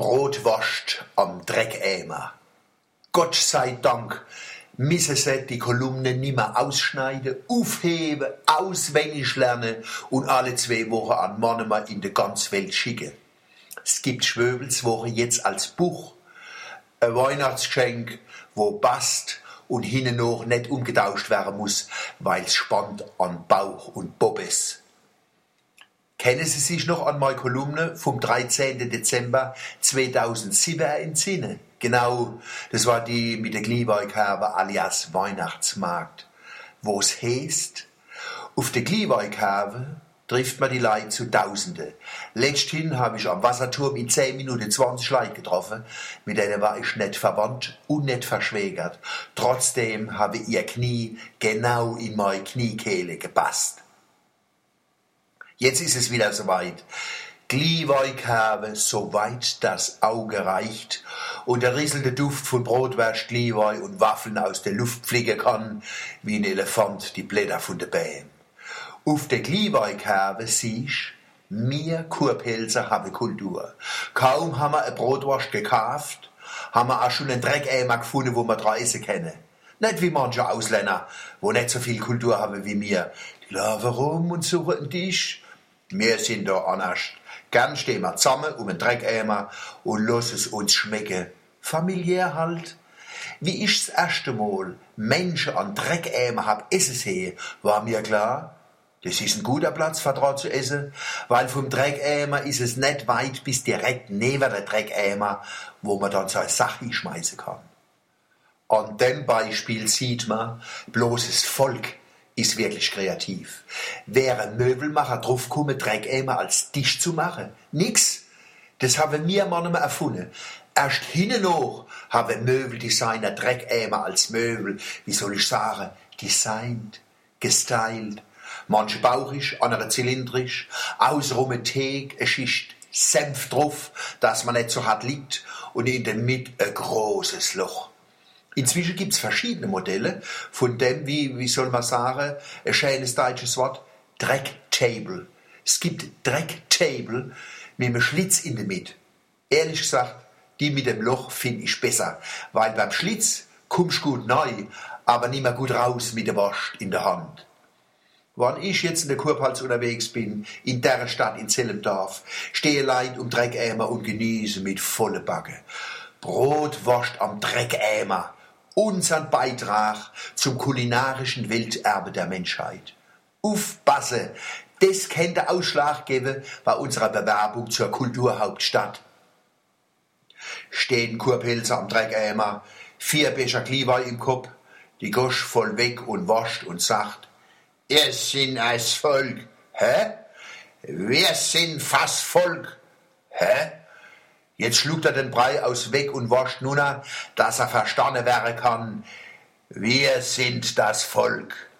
Brotwurst am Dreckeimer. Gott sei Dank müssen sie die Kolumne nicht mehr ausschneiden, aufheben, auswendig lernen und alle 2 Wochen an Monomer in der ganzen Welt schicken. Es gibt Schwöbelswoche jetzt als Buch, ein Weihnachtsgeschenk, wo passt und hinten noch nicht umgetauscht werden muss, weil es spannt an Bauch und Bobbes. Kennen Sie sich noch an meine Kolumne vom 13. Dezember 2007 entsinnen? Genau, das war die mit der Glühweinkerbe alias Weihnachtsmarkt, wo es heißt, auf der Glühweinkerbe trifft man die Leute zu Tausende. Letzthin habe ich am Wasserturm in 10 Minuten 20 Leute getroffen, mit denen war ich nicht verwandt und nicht verschwägert. Trotzdem habe ihr Knie genau in meine Kniekehle gepasst. Jetzt ist es wieder soweit. Glühweinkerbe, soweit das Auge reicht und der rieselnde Duft von Brotwurst, Glühwein und Waffeln aus der Luft fliegen kann, wie ein Elefant die Blätter von der Bäume. Auf der Glühweinkerbe siehst, wir Kurpelzer haben Kultur. Kaum haben wir eine Brotwurst gekauft, haben wir auch schon einen Dreckeimer gefunden, wo wir dran essen können. Nicht wie manche Ausländer, wo nicht so viel Kultur haben wie wir. Die laufen rum und suchen einen Tisch. Wir sind da anders. Gern stehen wir zusammen um einen Dreckeimer und lassen es uns schmecken. Familiär halt. Wie ich das erste Mal Menschen an Dreckeimer hab essen sehen, war mir klar, das ist ein guter Platz, vertraut zu essen, weil vom Dreckeimer ist es nicht weit bis direkt neben der Dreckeimer, wo man dann seine Sachen schmeißen kann. An dem Beispiel sieht man, bloßes Volk ist wirklich kreativ. Wäre Möbelmacher draufgekommen, Dreckeimer als Tisch zu machen? Nix. Das haben wir manchmal erfunden. Erst hinten noch haben Möbeldesigner Dreckeimer als Möbel, wie soll ich sagen, designt, gestylt. Manche bauchig, andere zylindrisch, außenrum ein Teig, eine Schicht Senf drauf, dass man nicht so hart liegt und in der Mitte ein großes Loch. Inzwischen gibt's verschiedene Modelle von dem, wie soll man sagen, ein schönes deutsches Wort, Drecktable. Es gibt Drecktable mit einem Schlitz in der Mitte. Ehrlich gesagt, die mit dem Loch finde ich besser, weil beim Schlitz kommst du gut rein, aber nicht mehr gut raus mit der Wurst in der Hand. Wenn ich jetzt in der Kurpfalz unterwegs bin, in der Stadt in Zellendorf, stehe Leute um Dreckeimer und genieße mit volle Backe. Brotwurst am Dreckeimer. Unseren Beitrag zum kulinarischen Welterbe der Menschheit. Aufpasse, das kann der Ausschlag geben bei unserer Bewerbung zur Kulturhauptstadt. Stehen Kurpelzer am Dreckeimer, 4 Becher Glühwein im Kopf, die Gosch voll weg und wascht und sagt, ihr sind als Volk. Hä? Wir sind fast Volk. Hä? Jetzt schluckt er den Brei aus weg und wascht nun, dass er verstanden werden kann. Wir sind das Volk.